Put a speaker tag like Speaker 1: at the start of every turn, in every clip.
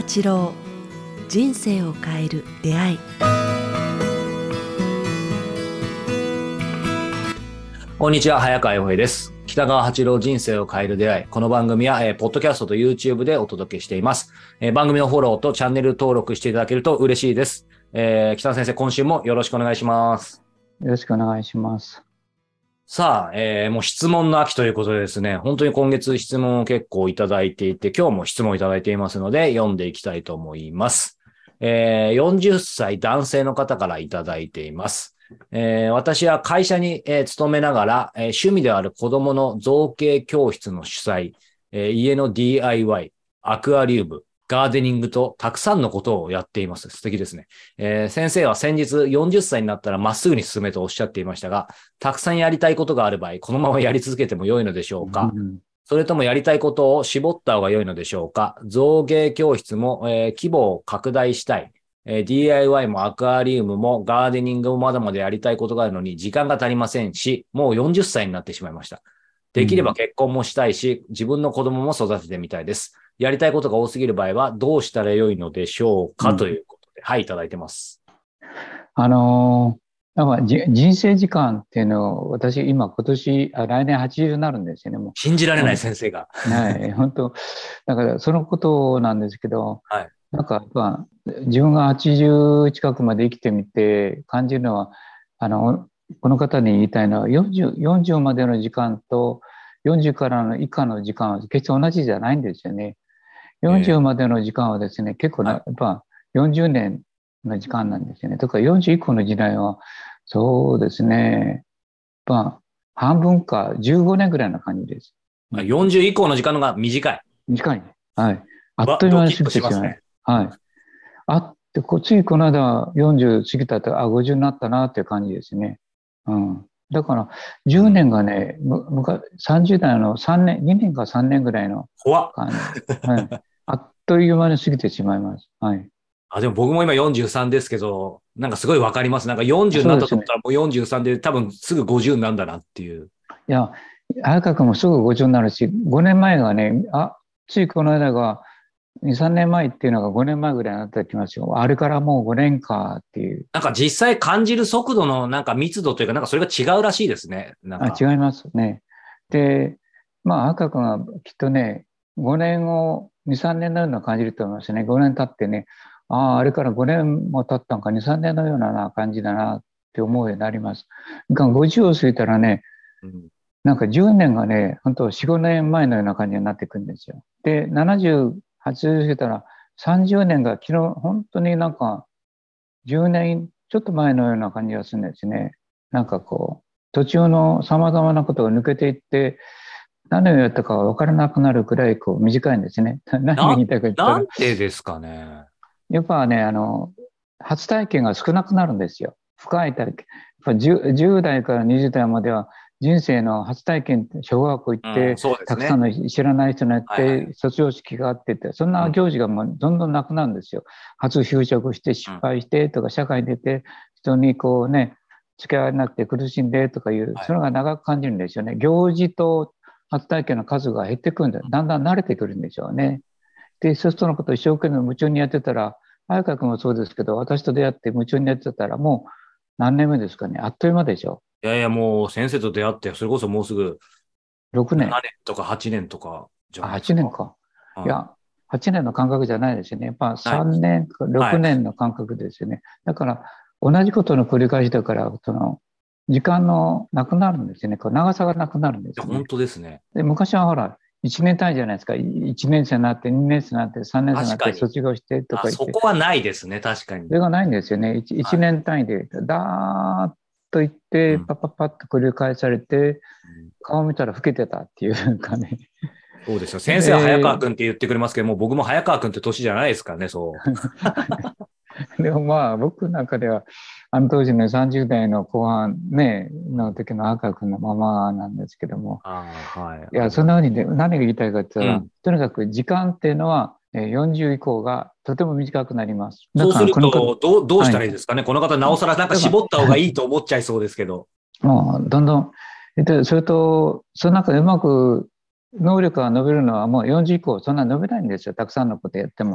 Speaker 1: 八郎、人生を変える出会い。
Speaker 2: こんにちは、早川洋平です。北川八郎、人生を変える出会い。この番組は、ポッドキャストと YouTube でお届けしています。番組のフォローとチャンネル登録していただけると嬉しいです。北田先生、今週もよろしくお願いします。
Speaker 3: よろしくお願いします。
Speaker 2: さあ、もう質問の秋ということでですね、本当に今月質問を結構いただいていて、今日も質問いただいていますので、読んでいきたいと思います。40歳男性の方からいただいています。私は会社に、勤めながら、趣味である子供の造形教室の主催、家の DIY、アクアリウム、ガーデニングとたくさんのことをやっています。素敵ですね。先生は先日40歳になったらまっすぐに進めとおっしゃっていましたが、たくさんやりたいことがある場合、このままやり続けても良いのでしょうか？それともやりたいことを絞った方が良いのでしょうか？造形教室も、規模を拡大したい。DIY もアクアリウムもガーデニングもまだまだやりたいことがあるのに時間が足りませんし、もう40歳になってしまいました。できれば結婚もしたいし、自分の子供も育ててみたいです。やりたいことが多すぎる場合はどうしたら良いのでしょうか、ということで、はい、いただいてます。
Speaker 3: 人生時間っていうのを私今年来年80になるんですよね。もう
Speaker 2: 信じられない先生が。
Speaker 3: はい、本当だからそのことなんですけど、
Speaker 2: はい、
Speaker 3: なんか自分が80近くまで生きてみて感じるのは、この方に言いたいのは40までの時間と40からの以下の時間は決して同じじゃないんですよね。40までの時間はですね、結構やっぱ40年の時間なんですよね。とか40以降の時代は、そうですね、半分か15年ぐらいな感じです。
Speaker 2: 40以降の時間のが短い。
Speaker 3: 短い。はい。あっという間に過ぎてしまう。ね、はい。ついこの間40過ぎたと、50になったなっていう感じですね。うん。だから、10年がね、30代の3年、2年か3年ぐらいの感じ。はい。あっという間に過ぎてしまいます。はい。
Speaker 2: でも僕も今43ですけど、なんかすごいわかります。なんか40になったと思ったらもう43で多分すぐ50になるんだなっていう。
Speaker 3: いや、早川君もすぐ50になるし、5年前がね、ついこの間が、2、3年前っていうのが5年前ぐらいになってきますよ。あれからもう5年かっていう。
Speaker 2: なんか実際感じる速度のなんか密度というか、なんかそれが違うらしいですね。
Speaker 3: 違いますね。で、赤君はきっとね、5年を2、3年のような感じると思いますね。5年経ってね、あれから5年も経ったのか、2、3年のような感じだなって思うようになります。50を過ぎたらね、なんか10年がね、本当4、5年前のような感じになってくるんですよ。で、70、80過ぎたら30年が昨日、本当になんか10年ちょっと前のような感じがするんですね。なんか途中の様々なことが抜けていって、何をやったか分からなくなるくらい短いんですね。何が言いたいか言ったら。
Speaker 2: なんでですかね。
Speaker 3: やっぱね、初体験が少なくなるんですよ。深い体験。やっぱ 10代から20代までは人生の初体験って小学校行って、たくさんの知らない人に会って、卒業式があってて、そんな行事がもうどんどんなくなるんですよ。初就職して失敗してとか、社会に出て人に付き合わなくて苦しんでとかいう、それが長く感じるんですよね。行事と初体験の数が減ってくるんで、だんだん慣れてくるんでしょうね。で、そういう人のことを一生懸命夢中にやってたら、早川君もそうですけど、私と出会って夢中にやってたら、もう何年目ですかね。あっという間でしょ。
Speaker 2: いやいや、もう先生と出会って、それこそもうすぐ
Speaker 3: 6年。
Speaker 2: 7年とか8年とかじゃないです
Speaker 3: か。8年か。いや、8年の感覚じゃないですよね。やっぱ3年か6年の感覚ですよね。だから、同じことの繰り返しだから、時間のなくなるんですよね。長さがなくなるんですよね。
Speaker 2: 本当ですね。
Speaker 3: で、昔はほら、1年単位じゃないですか。1年生になって、2年生になって、3年生になって卒業してとか言って。
Speaker 2: そこはないですね、確かに。
Speaker 3: それがないんですよね。1年単位で、ダーッと言って、パッパッパッと繰り返されて、顔見たら老けてたっていうかね。
Speaker 2: そうですよ。先生は早川君って言ってくれますけども、僕も早川君って年じゃないですからね、そう。
Speaker 3: でも僕の中では、当時の30代の後半ね、の時の早川君のままなんですけども。いや、そんなふうにね、何が言いたいかって言ったら、とにかく時間っていうのは、40以降がとても短くなります。
Speaker 2: そうすると、どうしたらいいですかね、この方、なおさらなんか絞った方がいいと思っちゃいそうですけど。
Speaker 3: もう、どんどん、それと、その中でうまく能力が伸びるのはもう40以降、そんな伸びないんですよ。たくさんのことやっても。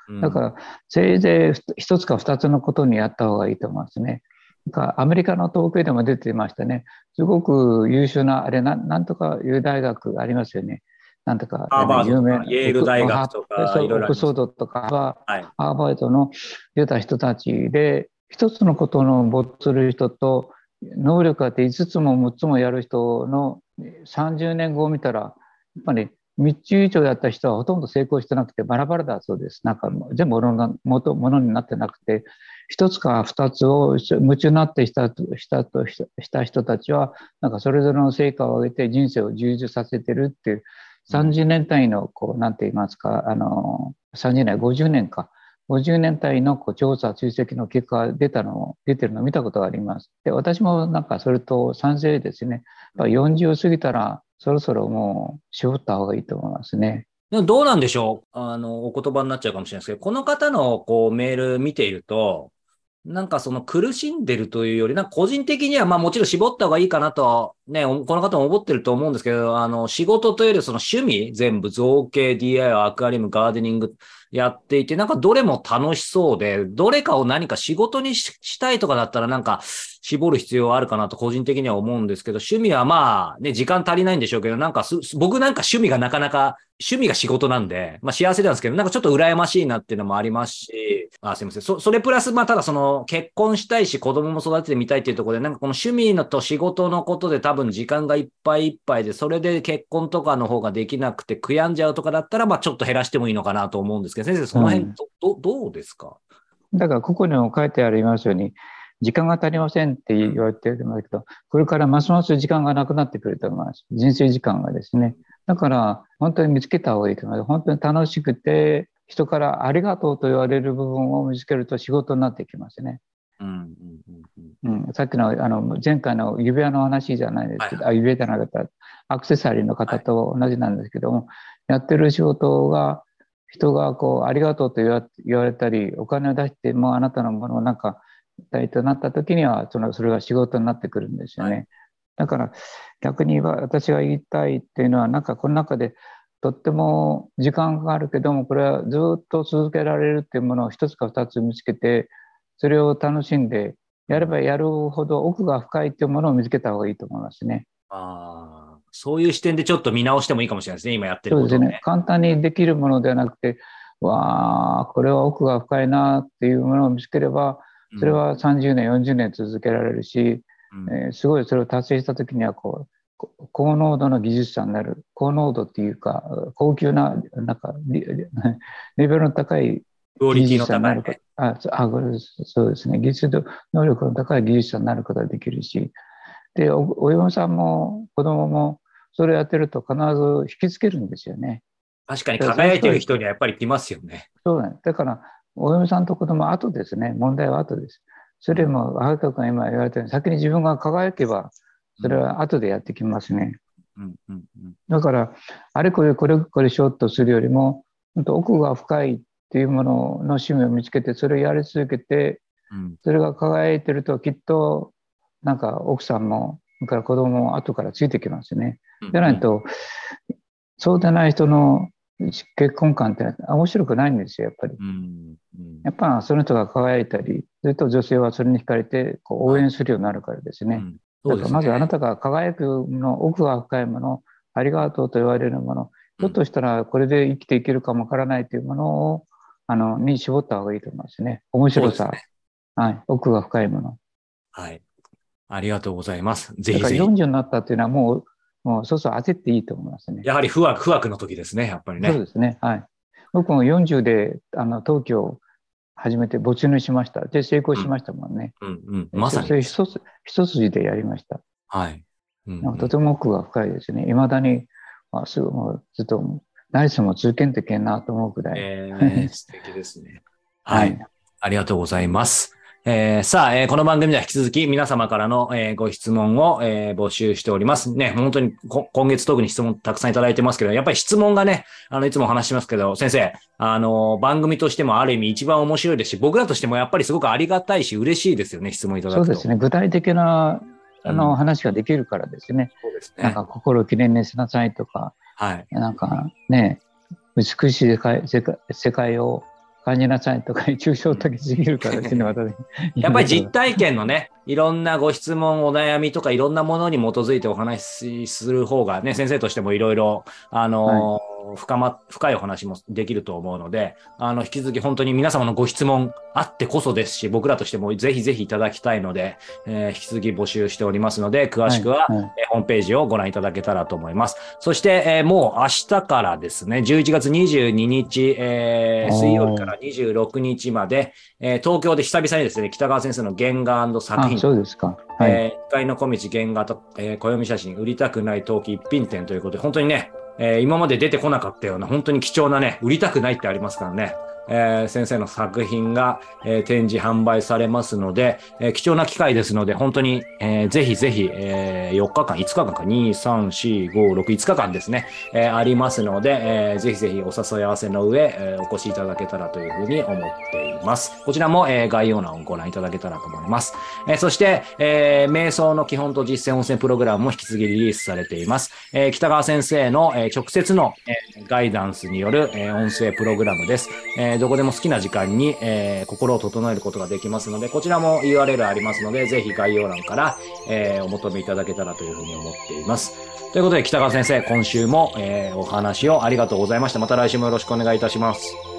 Speaker 3: だから、せいぜい一つか二つのことにやった方がいいと思いますね。アメリカの統計でも出てましたね。すごく優秀な、あれなんとかいう大学ありますよね。なんとか、
Speaker 2: ハーバードと
Speaker 3: 有名な、
Speaker 2: かイェール大学とかいろいろあります。
Speaker 3: オックスフォードとか、
Speaker 2: はい。
Speaker 3: ハーバードの出た人たちで、一つのことの没する人と、能力があって5つも6つもやる人の30年後を見たら、やっぱり3つ以上やった人はほとんど成功してなくてバラバラだそうです。なんか全部ものになってなくて、一つか二つを夢中になってした人たちは、なんかそれぞれの成果を上げて人生を充実させてるっていう、30年単位の、なんて言いますか、30年、50年か。50年単位の調査追跡の結果が出てるのを見たことがあります。で、私もなんかそれと賛成ですね。40を過ぎたらそろそろもう絞った方がいいと思いますね。
Speaker 2: でもどうなんでしょう、お言葉になっちゃうかもしれないですけど、この方のメール見ていると、なんかその苦しんでるというより、なんか個人的にはまあもちろん絞った方がいいかなと、ね、この方も思ってると思うんですけど、仕事というよりその趣味、全部造形、DIY、アクアリウム、ガーデニングやっていて、なんかどれも楽しそうで、どれかを何か仕事にしたいとかだったらなんか絞る必要はあるかなと個人的には思うんですけど、趣味はまあね、時間足りないんでしょうけど、なんか僕なんか趣味がなかなか、趣味が仕事なんで、まあ幸せなんですけど、なんかちょっと羨ましいなっていうのもありますし、すいません。それプラス、まあただその結婚したいし子供も育ててみたいっていうところで、なんかこの趣味のと仕事のことで多分時間がいっぱいいっぱいで、それで結婚とかの方ができなくて悔やんじゃうとかだったら、まあちょっと減らしてもいいのかなと思うんですけど、先生、その辺どうですか？
Speaker 3: だからここにも書いてありますように、時間が足りませんって言われてるんだけど、これからますます時間がなくなってくると思います。人生時間がですね。だから本当に見つけた方がいいと思います。本当に楽しくて、人からありがとうと言われる部分を見つけると仕事になってきますね。さっきの前回の指輪の話じゃないですけど、指輪じゃなかった、アクセサリーの方と同じなんですけども、やってる仕事が、人がありがとうと言われたり、お金を出してもあなたのものをなんか、となった時には、それが仕事になってくるんですよね。だから逆に私が言いたいっていうのは、なんかこの中でとっても時間があるけども、これはずっと続けられるっていうものを一つか二つ見つけて、それを楽しんでやればやるほど奥が深いっていうものを見つけた方がいいと思いますね。
Speaker 2: そういう視点でちょっと見直してもいいかもしれないですね、今やってることをね。
Speaker 3: そうですね。簡単にできるものではなくて、わあ、これは奥が深いなっていうものを見つければ、それは30年、40年続けられるし、すごいそれを達成した時には高濃度の技術者になる。高濃度っていうか、高級な、なんか、レベルの高い技術者になること。そうですね。技術能力の高い技術者になることができるし、で、お嫁さんも子供もそれやってると必ず引きつけるんですよね。
Speaker 2: 確かに輝いてる人にはやっぱり来ますよね。
Speaker 3: そうなんです。だから、お嫁さんと子供は後ですね。問題は後です。それも、青田君が今言われたように、先に自分が輝けば、それは後でやってきますね。だから、あれこれしようとするよりも、本当奥が深いっていうものの趣味を見つけて、それをやり続けて、それが輝いてると、きっと、なんか奥さんも、それから子供も後からついてきますね。でないと、そうでない人の結婚観って面白くないんですよ、やっぱり。やっぱその人が輝いたり、ずっと女性はそれに惹かれて応援するようになるからですね。だからまずあなたが輝くもの、奥が深いもの、ありがとうと言われるもの、ひょっとしたらこれで生きていけるかもわからないというものを、に絞った方がいいと思いますね。面白さ。はい。奥が深いもの。
Speaker 2: はい。ありがとうございます。ぜひぜひ。
Speaker 3: だから40になったっていうのはもうそうそう焦っていいと思いますね。
Speaker 2: やはり不惑の時ですね、やっぱりね。
Speaker 3: そうですね。はい。僕も40で東京始めて没入しました。で、成功しましたもんね。
Speaker 2: まさに。
Speaker 3: それ一筋でやりました。
Speaker 2: はい。
Speaker 3: とても奥が深いですね。未だに、すぐもうずっと、何しも続けんといけんなと思うくらい。
Speaker 2: 素敵ですね。はい。ありがとうございます。さあ、この番組では引き続き皆様からの、ご質問を、募集しておりますね。本当に今月特に質問たくさんいただいてますけど、やっぱり質問がね、いつもお話しますけど、先生、番組としてもある意味一番面白いですし、僕らとしてもやっぱりすごくありがたいし嬉しいですよね、質問いただくと。
Speaker 3: そうですね。具体的な話ができるからですね。
Speaker 2: そうですね。
Speaker 3: なんか心をきれいにしなさいとか、なんかね、美しい世界を感じなさいとか、抽象的すぎるからですね、私。
Speaker 2: やっぱり実体験のね、いろんなご質問、お悩みとかいろんなものに基づいてお話しする方がね、先生としてもいろいろ、深いお話もできると思うので、引き続き本当に皆様のご質問あってこそですし、僕らとしてもぜひぜひいただきたいので、引き続き募集しておりますので、詳しくは、ホームページをご覧いただけたらと思います。そして、もう明日からですね、11月22日、水曜日から26日まで、東京で久々にですね、北川先生の原画作品、
Speaker 3: そうですか。
Speaker 2: 1階の小道原画と、暦写真売りたくない陶器一品展ということで、本当にね、今まで出てこなかったような本当に貴重なね、売りたくないってありますからね、先生の作品が、展示販売されますので、貴重な機会ですので、本当に、ぜひぜひ、4日間、5日間か、2、3、4、5、6、5日間ですね、ありますので、ぜひぜひお誘い合わせの上、お越しいただけたらというふうに思っています。こちらも、概要欄をご覧いただけたらと思います。そして、瞑想の基本と実践音声プログラムも引き続きリリースされています。北川先生の、直接の、ガイダンスによる、音声プログラムです。どこでも好きな時間に、心を整えることができますので、こちらも URL ありますので、ぜひ概要欄から、お求めいただけたらというふうに思っています。ということで、北川先生、今週も、お話をありがとうございました。また来週もよろしくお願いいたします。